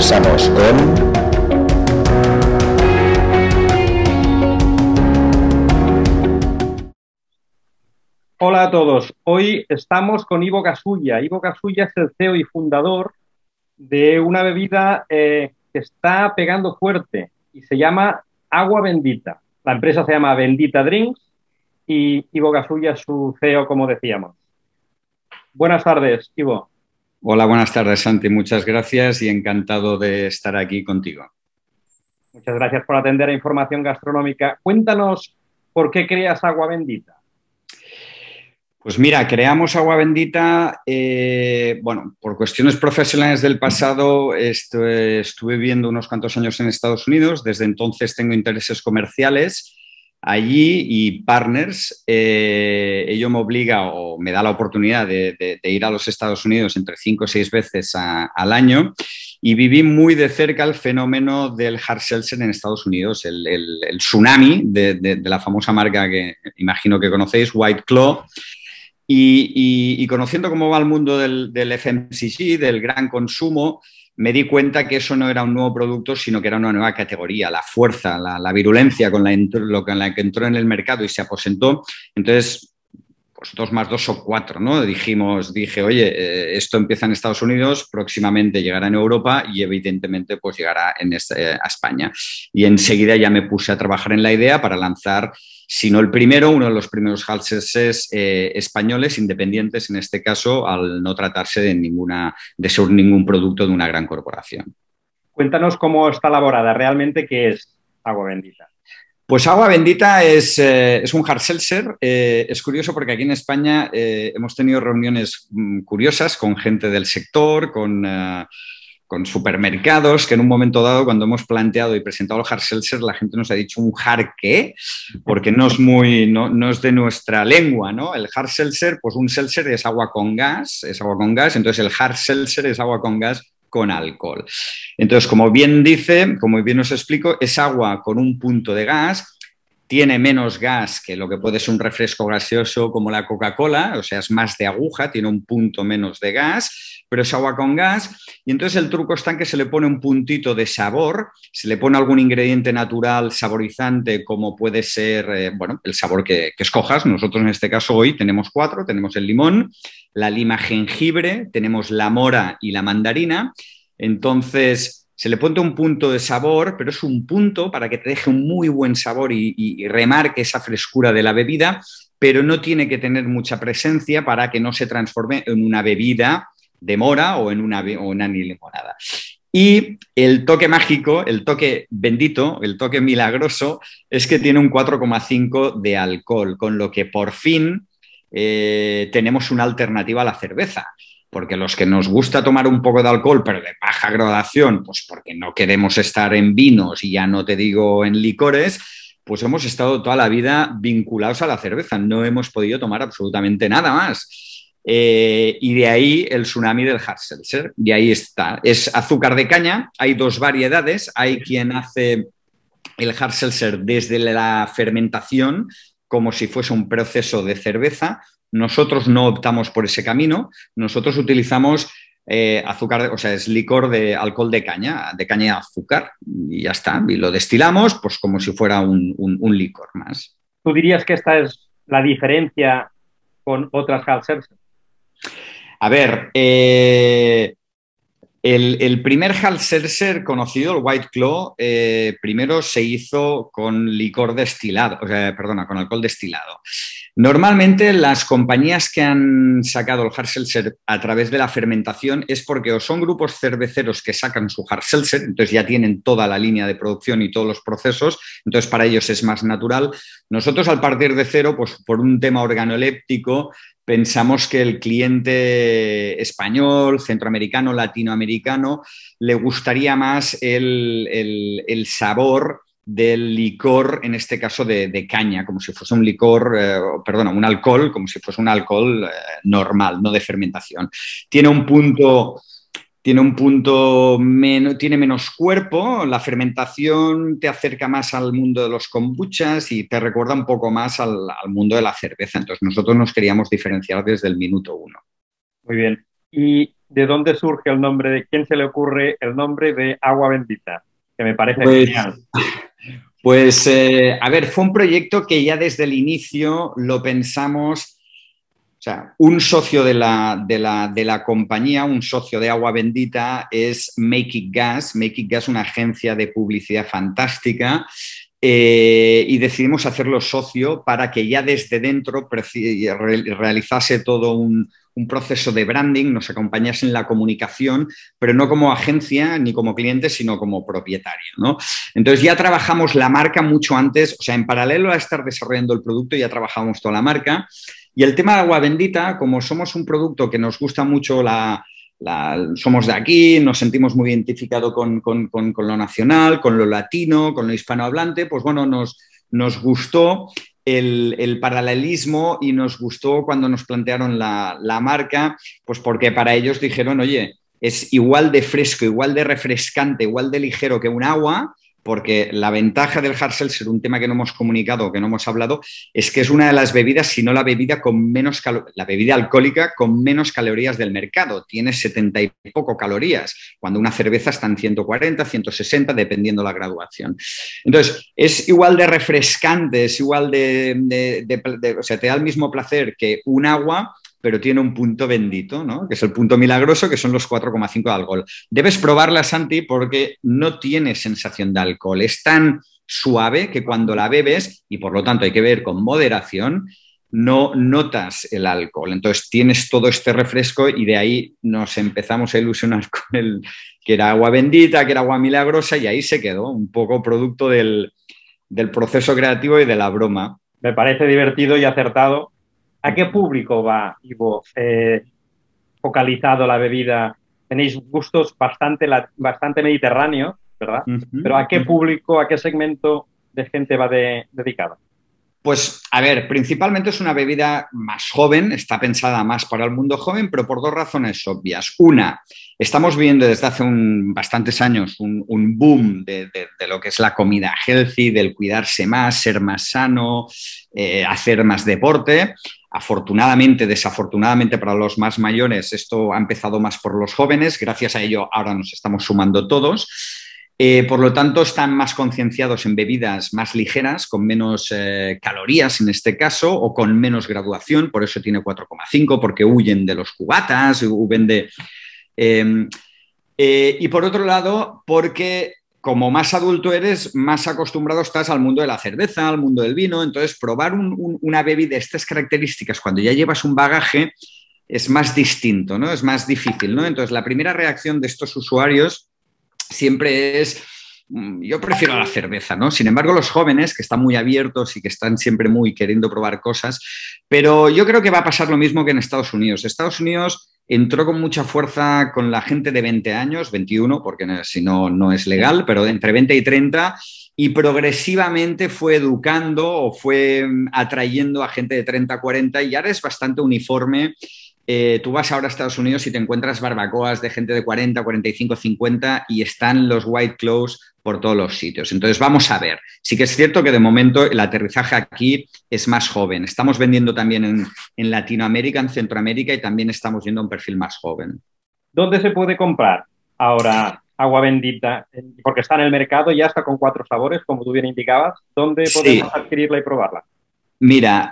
conversamos con... Hola a todos. Hoy estamos con Ivo Casulla. Ivo Casulla es el CEO y fundador de una bebida que está pegando fuerte y se llama Agua Bendita. La empresa se llama Bendita Drinks y Ivo Casulla es su CEO, como decíamos. Buenas tardes, Ivo. Hola, buenas tardes, Santi. Muchas gracias y encantado de estar aquí contigo. Muchas gracias por atender a Información Gastronómica. Cuéntanos por qué creas Agua Bendita. Pues mira, creamos Agua Bendita, por cuestiones profesionales del pasado estuve viviendo unos cuantos años en Estados Unidos, desde entonces tengo intereses comerciales allí y partners. Ello me obliga o me da la oportunidad de ir a los Estados Unidos entre 5 o 6 veces al año y viví muy de cerca el fenómeno del hard seltzer en Estados Unidos, el tsunami de la famosa marca que imagino que conocéis, White Claw. Y conociendo cómo va el mundo del FMCG, del gran consumo, me di cuenta que eso no era un nuevo producto, sino que era una nueva categoría, la fuerza, la virulencia con la que entró en el mercado y se aposentó. Entonces, pues 2 más 2 son 4, ¿no? Dije, oye, esto empieza en Estados Unidos, próximamente llegará en Europa y evidentemente pues llegará a España. Y enseguida ya me puse a trabajar en la idea para lanzar, si no el primero, uno de los primeros hard seltzers españoles, independientes en este caso, al no tratarse de ser ningún producto de una gran corporación. Cuéntanos cómo está elaborada, realmente qué es Agua Bendita. Pues Agua Bendita es un hard seltzer. Es curioso porque aquí en España hemos tenido reuniones curiosas con gente del sector, con supermercados, que en un momento dado, cuando hemos planteado y presentado el hard seltzer, la gente nos ha dicho ¿un hard qué? Porque no es de nuestra lengua, ¿no? El hard seltzer, pues un seltzer es agua con gas, entonces el hard seltzer es agua con gas con alcohol. Entonces, como bien os explico, es agua con un punto de gas, tiene menos gas que lo que puede ser un refresco gaseoso como la Coca-Cola, o sea, es más de aguja, tiene un punto menos de gas, pero es agua con gas. Y entonces el truco está en que se le pone un puntito de sabor, se le pone algún ingrediente natural saborizante como puede ser, el sabor que escojas. Nosotros en este caso hoy tenemos 4, tenemos el limón, la lima jengibre, tenemos la mora y la mandarina. Entonces se le pone un punto de sabor, pero es un punto para que te deje un muy buen sabor y remarque esa frescura de la bebida, pero no tiene que tener mucha presencia para que no se transforme en una bebida de mora o en una limonada. Y el toque mágico, el toque bendito, el toque milagroso, es que tiene un 4,5 de alcohol, con lo que por fin tenemos una alternativa a la cerveza. Porque los que nos gusta tomar un poco de alcohol, pero de baja graduación, pues porque no queremos estar en vinos y ya no te digo en licores, pues hemos estado toda la vida vinculados a la cerveza. No hemos podido tomar absolutamente nada más. Y de ahí el tsunami del hard seltzer. Y ahí está. Es azúcar de caña. Hay 2 variedades. Hay quien hace el hard seltzer desde la fermentación, como si fuese un proceso de cerveza. Nosotros no optamos por ese camino. Nosotros utilizamos azúcar, o sea, es licor de alcohol de caña de azúcar y ya está. Y lo destilamos pues como si fuera un licor más. ¿Tú dirías que esta es la diferencia con otras hard seltzer? A ver, el primer hard seltzer conocido, el White Claw, primero se hizo con licor destilado, con alcohol destilado. Normalmente las compañías que han sacado el hard seltzer a través de la fermentación es porque o son grupos cerveceros que sacan su hard seltzer, entonces ya tienen toda la línea de producción y todos los procesos, entonces para ellos es más natural. Nosotros al partir de cero, pues por un tema organoléptico, pensamos que el cliente español, centroamericano, latinoamericano, le gustaría más el sabor del licor, en este caso de caña, como si fuese un licor, un alcohol, como si fuese un alcohol normal, no de fermentación. Tiene menos cuerpo, la fermentación te acerca más al mundo de los kombuchas y te recuerda un poco más al mundo de la cerveza. Entonces nosotros nos queríamos diferenciar desde el minuto 1. Muy bien. Y de dónde surge el nombre, de quién se le ocurre el nombre de Agua Bendita, que me parece Pues, genial. a ver, fue un proyecto que ya desde el inicio lo pensamos. O sea, un socio de la compañía, un socio de Agua Bendita es Make It Gas. Make It Gas es una agencia de publicidad fantástica y decidimos hacerlo socio para que ya desde dentro realizase todo un proceso de branding, nos acompañase en la comunicación, pero no como agencia ni como cliente, sino como propietario, ¿no? Entonces ya trabajamos la marca mucho antes, o sea, en paralelo a estar desarrollando el producto, ya trabajamos toda la marca. Y el tema de Agua Bendita, como somos un producto que nos gusta mucho somos de aquí, nos sentimos muy identificados con lo nacional, con lo latino, con lo hispanohablante, pues bueno, nos gustó el paralelismo y nos gustó cuando nos plantearon la marca, pues porque para ellos dijeron, oye, es igual de fresco, igual de refrescante, igual de ligero que un agua, porque la ventaja del hard seltzer, un tema que no hemos comunicado, que no hemos hablado, es que es una de las bebidas, si no la bebida con menos la bebida alcohólica con menos calorías del mercado. Tiene 70 y poco calorías, cuando una cerveza está en 140, 160, dependiendo la graduación. Entonces, es igual de refrescante, es igual o sea, te da el mismo placer que un agua, pero tiene un punto bendito, ¿no? Que es el punto milagroso, que son los 4,5 de alcohol. Debes probarla, Santi, porque no tiene sensación de alcohol. Es tan suave que cuando la bebes, y por lo tanto hay que beber con moderación, no notas el alcohol. Entonces tienes todo este refresco y de ahí nos empezamos a ilusionar con el que era agua bendita, que era agua milagrosa, y ahí se quedó un poco producto del proceso creativo y de la broma. Me parece divertido y acertado. ¿A qué público va, Ivo, focalizado la bebida? Tenéis gustos bastante mediterráneos, ¿verdad? Pero ¿a qué público, a qué segmento de gente va dedicado? Pues, a ver, principalmente es una bebida más joven, está pensada más para el mundo joven, pero por dos razones obvias. Una, estamos viendo desde hace bastantes años un boom de lo que es la comida healthy, del cuidarse más, ser más sano, hacer más deporte. Afortunadamente, desafortunadamente para los más mayores, esto ha empezado más por los jóvenes. Gracias a ello, ahora nos estamos sumando todos. Por lo tanto, están más concienciados en bebidas más ligeras, con menos calorías en este caso, o con menos graduación, por eso tiene 4,5, porque huyen de los cubatas, huyen de... y por otro lado, porque como más adulto eres, más acostumbrado estás al mundo de la cerveza, al mundo del vino, entonces probar una bebida de estas características cuando ya llevas un bagaje es más distinto, ¿no? Es más difícil, ¿no? Entonces, la primera reacción de estos usuarios siempre es, yo prefiero la cerveza, ¿no? Sin embargo, los jóvenes, que están muy abiertos y que están siempre muy queriendo probar cosas, pero yo creo que va a pasar lo mismo que en Estados Unidos. Estados Unidos entró con mucha fuerza con la gente de 20 años, 21, porque si no, no es legal, pero entre 20 y 30, y progresivamente fue educando o fue atrayendo a gente de 30 a 40 y ahora es bastante uniforme. Tú vas ahora a Estados Unidos y te encuentras barbacoas de gente de 40, 45, 50 y están los White Claws por todos los sitios. Entonces, vamos a ver. Sí que es cierto que de momento el aterrizaje aquí es más joven. Estamos vendiendo también en Latinoamérica, en Centroamérica y también estamos viendo un perfil más joven. ¿Dónde se puede comprar ahora agua bendita? Porque está en el mercado, ya está con 4 sabores, como tú bien indicabas. ¿Dónde Sí. podemos adquirirla y probarla? Mira,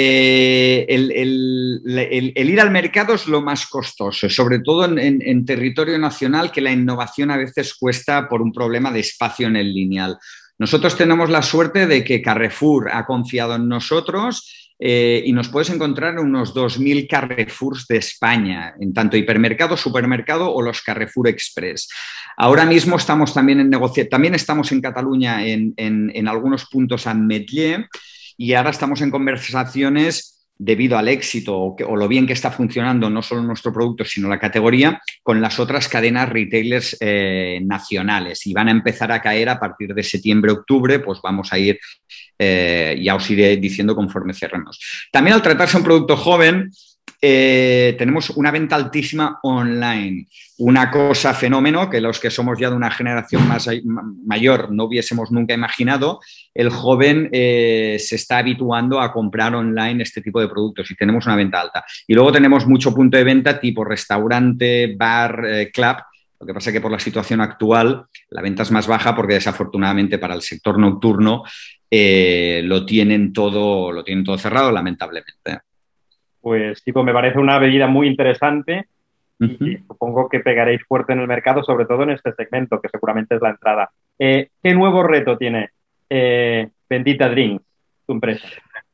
el ir al mercado es lo más costoso, sobre todo en territorio nacional, que la innovación a veces cuesta por un problema de espacio en el lineal. Nosotros tenemos la suerte de que Carrefour ha confiado en nosotros y nos puedes encontrar en unos 2.000 Carrefours de España, en tanto hipermercado, supermercado o los Carrefour Express. Ahora mismo estamos también en negociación, también estamos en Cataluña en algunos puntos a Metller. Y ahora estamos en conversaciones debido al éxito o lo bien que está funcionando no solo nuestro producto, sino la categoría, con las otras cadenas retailers nacionales. Y van a empezar a caer a partir de septiembre, octubre, pues vamos a ir, ya os iré diciendo conforme cerremos. También al tratarse de un producto joven, tenemos una venta altísima online. Una cosa fenómeno que los que somos ya de una generación mayor no hubiésemos nunca imaginado, el joven se está habituando a comprar online este tipo de productos y tenemos una venta alta. Y luego tenemos mucho punto de venta tipo restaurante, bar, club. Lo que pasa es que por la situación actual la venta es más baja porque desafortunadamente para el sector nocturno lo tienen todo cerrado, lamentablemente. Pues tipo, me parece una bebida muy interesante y Uh-huh. supongo que pegaréis fuerte en el mercado, sobre todo en este segmento, que seguramente es la entrada. ¿Qué nuevo reto tiene Bendita Drinks, tu empresa?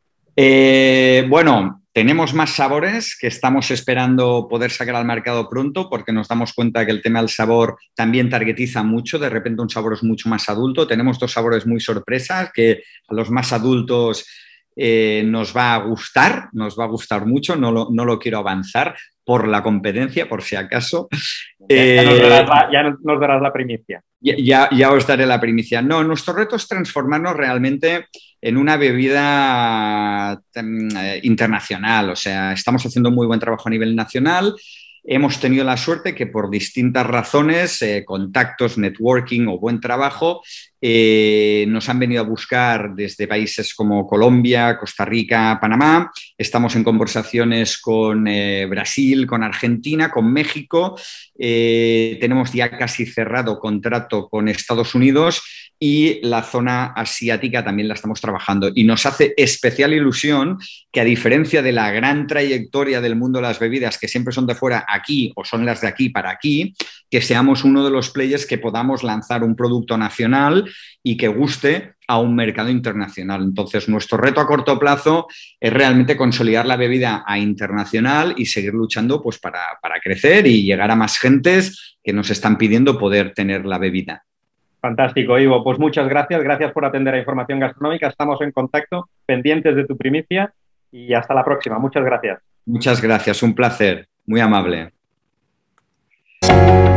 Bueno, tenemos más sabores que estamos esperando poder sacar al mercado pronto porque nos damos cuenta que el tema del sabor también targetiza mucho. De repente un sabor es mucho más adulto. Tenemos dos sabores muy sorpresas que a los más adultos nos va a gustar mucho. No lo quiero avanzar por la competencia, por si acaso. Ya nos darás la primicia. Ya os daré la primicia. No, nuestro reto es transformarnos realmente en una bebida internacional. O sea, estamos haciendo un muy buen trabajo a nivel nacional. Hemos tenido la suerte que por distintas razones, contactos, networking o buen trabajo, nos han venido a buscar desde países como Colombia, Costa Rica, Panamá. Estamos en conversaciones con Brasil, con Argentina, con México. Tenemos ya casi cerrado contrato con Estados Unidos y la zona asiática también la estamos trabajando. Y nos hace especial ilusión que, a diferencia de la gran trayectoria del mundo de las bebidas, que siempre son de fuera aquí o son las de aquí para aquí, que seamos uno de los players que podamos lanzar un producto nacional y que guste a un mercado internacional. Entonces, nuestro reto a corto plazo es realmente consolidar la bebida a internacional y seguir luchando pues, para crecer y llegar a más gentes que nos están pidiendo poder tener la bebida. Fantástico, Ivo. Pues muchas gracias. Gracias por atender a Información Gastronómica. Estamos en contacto, pendientes de tu primicia y hasta la próxima. Muchas gracias. Muchas gracias, un placer, muy amable.